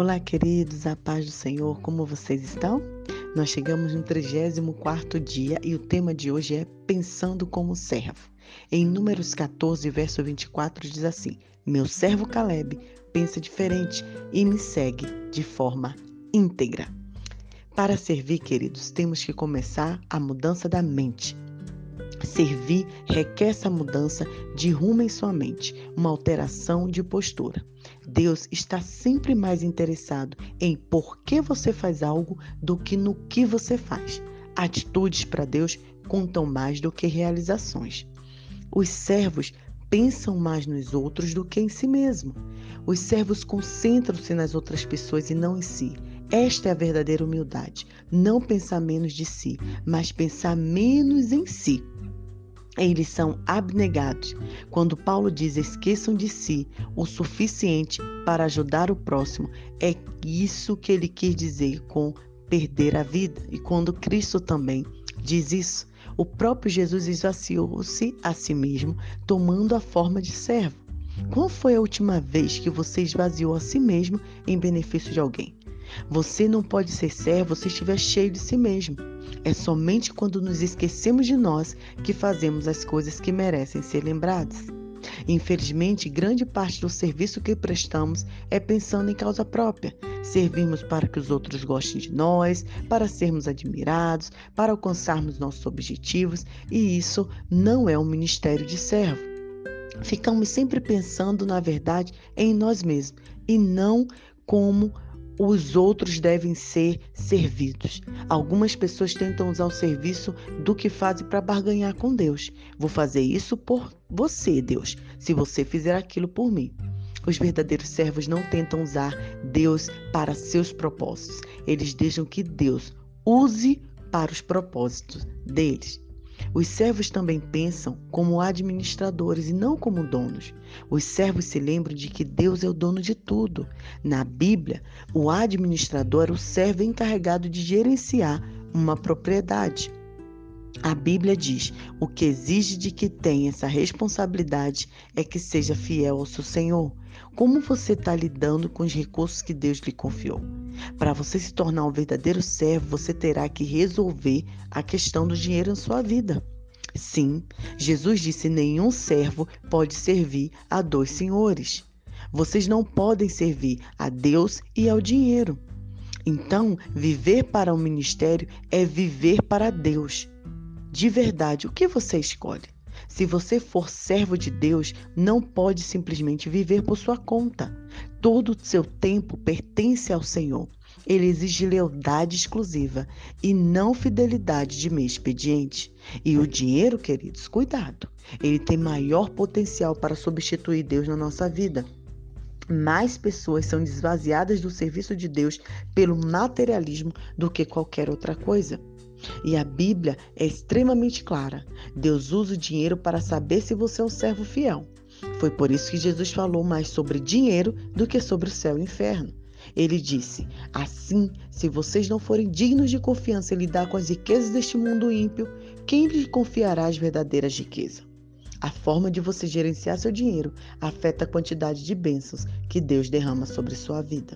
Olá, queridos, a paz do Senhor, como vocês estão? Nós chegamos no 34º dia e o tema de hoje é Pensando como Servo. Em Números 14, verso 24, diz assim: Meu servo Caleb pensa diferente e me segue de forma íntegra. Para servir, queridos, temos que começar a mudança da mente. Servir requer essa mudança de rumo em sua mente, uma alteração de postura. Deus está sempre mais interessado em por que você faz algo do que no que você faz. Atitudes para Deus contam mais do que realizações. Os servos pensam mais nos outros do que em si mesmo. Os servos concentram-se nas outras pessoas e não em si. Esta é a verdadeira humildade. Não pensar menos de si, mas pensar menos em si. Eles são abnegados. Quando Paulo diz esqueçam de si o suficiente para ajudar o próximo, é isso que ele quis dizer com perder a vida. E quando Cristo também diz isso, o próprio Jesus esvaziou-se a si mesmo, tomando a forma de servo. Qual foi a última vez que você esvaziou a si mesmo em benefício de alguém? Você não pode ser servo se estiver cheio de si mesmo. É somente quando nos esquecemos de nós que fazemos as coisas que merecem ser lembradas. Infelizmente, grande parte do serviço que prestamos é pensando em causa própria. Servimos para que os outros gostem de nós, para sermos admirados, para alcançarmos nossos objetivos, e isso não é um ministério de servo. Ficamos sempre pensando, na verdade, em nós mesmos e não como os outros devem ser servidos. Algumas pessoas tentam usar o serviço do que fazem para barganhar com Deus. Vou fazer isso por você, Deus, se você fizer aquilo por mim. Os verdadeiros servos não tentam usar Deus para seus propósitos. Eles deixam que Deus use para os propósitos deles. Os servos também pensam como administradores e não como donos. Os servos se lembram de que Deus é o dono de tudo. Na Bíblia, o administrador é o servo encarregado de gerenciar uma propriedade. A Bíblia diz: o que exige de que tenha essa responsabilidade é que seja fiel ao seu Senhor. Como você está lidando com os recursos que Deus lhe confiou? Para você se tornar um verdadeiro servo, você terá que resolver a questão do dinheiro em sua vida. Sim, Jesus disse: nenhum servo pode servir a dois senhores. Vocês não podem servir a Deus e ao dinheiro. Então, viver para o ministério é viver para Deus. De verdade, o que você escolhe? Se você for servo de Deus, não pode simplesmente viver por sua conta. Todo o seu tempo pertence ao Senhor. Ele exige lealdade exclusiva e não fidelidade de meio expediente. E o dinheiro, queridos, cuidado. Ele tem maior potencial para substituir Deus na nossa vida. Mais pessoas são esvaziadas do serviço de Deus pelo materialismo do que qualquer outra coisa. E a Bíblia é extremamente clara. Deus usa o dinheiro para saber se você é um servo fiel. Foi por isso que Jesus falou mais sobre dinheiro do que sobre o céu e o inferno. Ele disse: assim, se vocês não forem dignos de confiança em lidar com as riquezas deste mundo ímpio, quem lhe confiará as verdadeiras riquezas? A forma de você gerenciar seu dinheiro afeta a quantidade de bênçãos que Deus derrama sobre sua vida.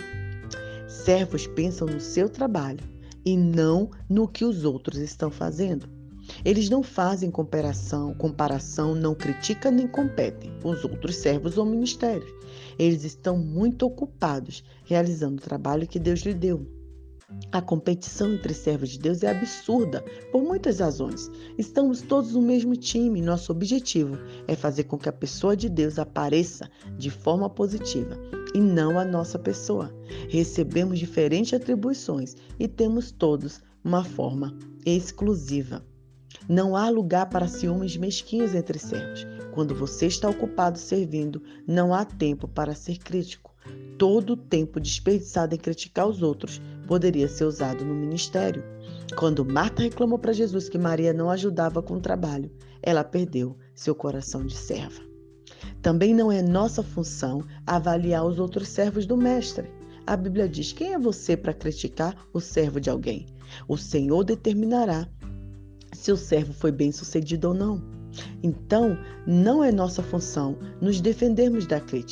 Servos pensam no seu trabalho e não no que os outros estão fazendo. Eles não fazem comparação, não criticam nem competem com os outros servos ou ministérios. Eles estão muito ocupados realizando o trabalho que Deus lhe deu. A competição entre servos de Deus é absurda, por muitas razões. Estamos todos no mesmo time e nosso objetivo é fazer com que a pessoa de Deus apareça de forma positiva e não a nossa pessoa. Recebemos diferentes atribuições e temos todos uma forma exclusiva. Não há lugar para ciúmes mesquinhos entre servos. Quando você está ocupado servindo, não há tempo para ser crítico. Todo o tempo desperdiçado em criticar os outros poderia ser usado no ministério. Quando Marta reclamou para Jesus que Maria não ajudava com o trabalho, ela perdeu seu coração de serva. Também não é nossa função avaliar os outros servos do mestre. A Bíblia diz: quem é você para criticar o servo de alguém? O Senhor determinará se o servo foi bem-sucedido ou não. Então, não é nossa função nos defendermos da crítica.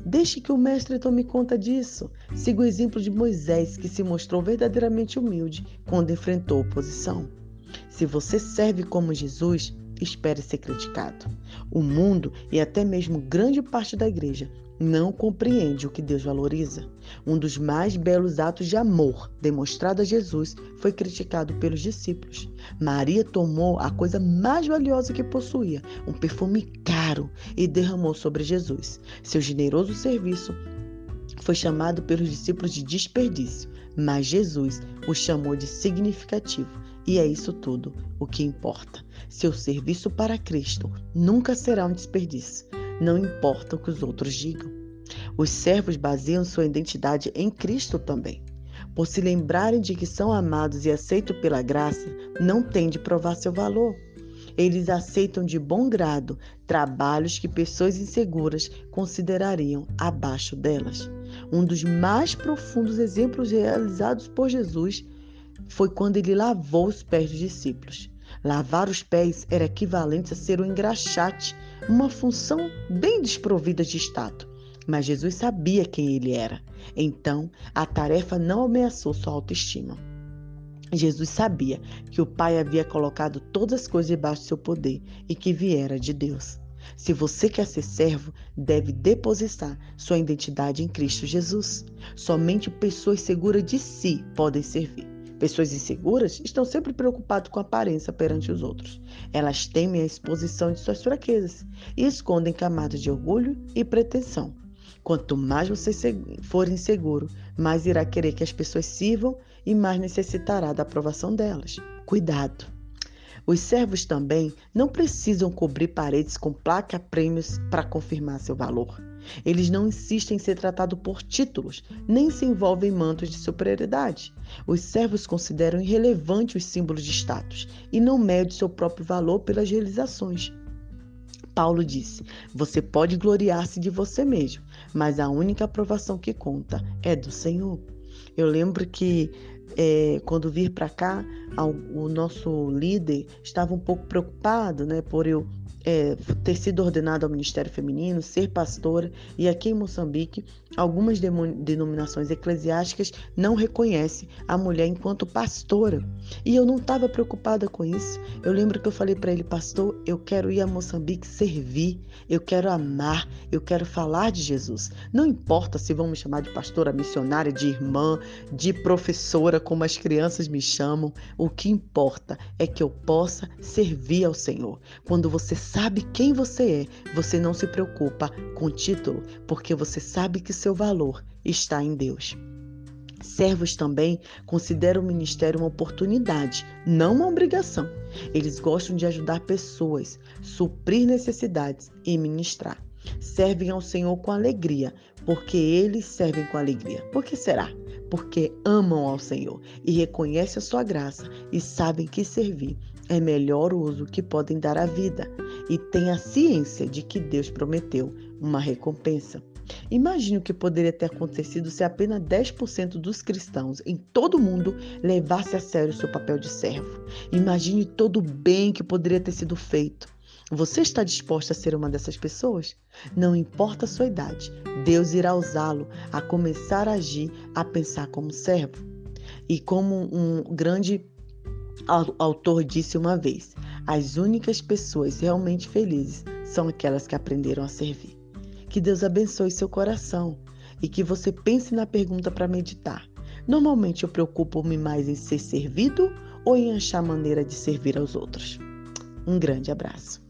Deixe que o mestre tome conta disso. Siga o exemplo de Moisés, que se mostrou verdadeiramente humilde quando enfrentou oposição. Se você serve como Jesus, espere ser criticado. O mundo e até mesmo grande parte da igreja não compreende o que Deus valoriza. Um dos mais belos atos de amor demonstrado a Jesus foi criticado pelos discípulos. Maria tomou a coisa mais valiosa que possuía, um perfume caro, e derramou sobre Jesus. Seu generoso serviço foi chamado pelos discípulos de desperdício, mas Jesus o chamou de significativo. E é isso tudo o que importa. Seu serviço para Cristo nunca será um desperdício. Não importa o que os outros digam. Os servos baseiam sua identidade em Cristo também. Por se lembrarem de que são amados e aceitos pela graça, não têm de provar seu valor. Eles aceitam de bom grado trabalhos que pessoas inseguras considerariam abaixo delas. Um dos mais profundos exemplos realizados por Jesus foi quando ele lavou os pés dos discípulos. Lavar os pés era equivalente a ser um engraxate, uma função bem desprovida de status. Mas Jesus sabia quem ele era. Então, a tarefa não ameaçou sua autoestima. Jesus sabia que o Pai havia colocado todas as coisas debaixo do seu poder e que viera de Deus. Se você quer ser servo, deve depositar sua identidade em Cristo Jesus. Somente pessoas seguras de si podem servir. Pessoas inseguras estão sempre preocupadas com a aparência perante os outros. Elas temem a exposição de suas fraquezas e escondem camadas de orgulho e pretensão. Quanto mais você for inseguro, mais irá querer que as pessoas sirvam e mais necessitará da aprovação delas. Cuidado! Os servos também não precisam cobrir paredes com placa-prêmios para confirmar seu valor. Eles não insistem em ser tratados por títulos, nem se envolvem em mantos de superioridade. Os servos consideram irrelevante os símbolos de status e não medem seu próprio valor pelas realizações. Paulo disse: você pode gloriar-se de você mesmo, mas a única aprovação que conta é do Senhor. Eu lembro que quando vir para cá, o nosso líder estava um pouco preocupado, por eu ter sido ordenado ao Ministério Feminino, ser pastora, e aqui em Moçambique, algumas denominações eclesiásticas não reconhecem a mulher enquanto pastora. E eu não estava preocupada com isso. Eu lembro que eu falei para ele: pastor, eu quero ir a Moçambique servir, eu quero amar, eu quero falar de Jesus. Não importa se vão me chamar de pastora, missionária, de irmã, de professora, como as crianças me chamam. O que importa é que eu possa servir ao Senhor. Quando você sabe quem você é, você não se preocupa com o título, porque você sabe que seu valor está em Deus. Servos também consideram o ministério uma oportunidade, não uma obrigação. Eles gostam de ajudar pessoas, suprir necessidades e ministrar. Servem ao Senhor com alegria, porque eles servem com alegria. Por que será? Porque amam ao Senhor e reconhecem a sua graça e sabem que servir é melhor uso que podem dar à vida, e têm a ciência de que Deus prometeu uma recompensa. Imagine o que poderia ter acontecido se apenas 10% dos cristãos em todo o mundo levasse a sério seu papel de servo. Imagine todo o bem que poderia ter sido feito. Você está disposta a ser uma dessas pessoas? Não importa a sua idade, Deus irá usá-lo a começar a agir, a pensar como servo. E como um grande autor disse uma vez: as únicas pessoas realmente felizes são aquelas que aprenderam a servir. Que Deus abençoe seu coração e que você pense na pergunta para meditar. Normalmente eu preocupo-me mais em ser servido ou em achar maneira de servir aos outros? Um grande abraço.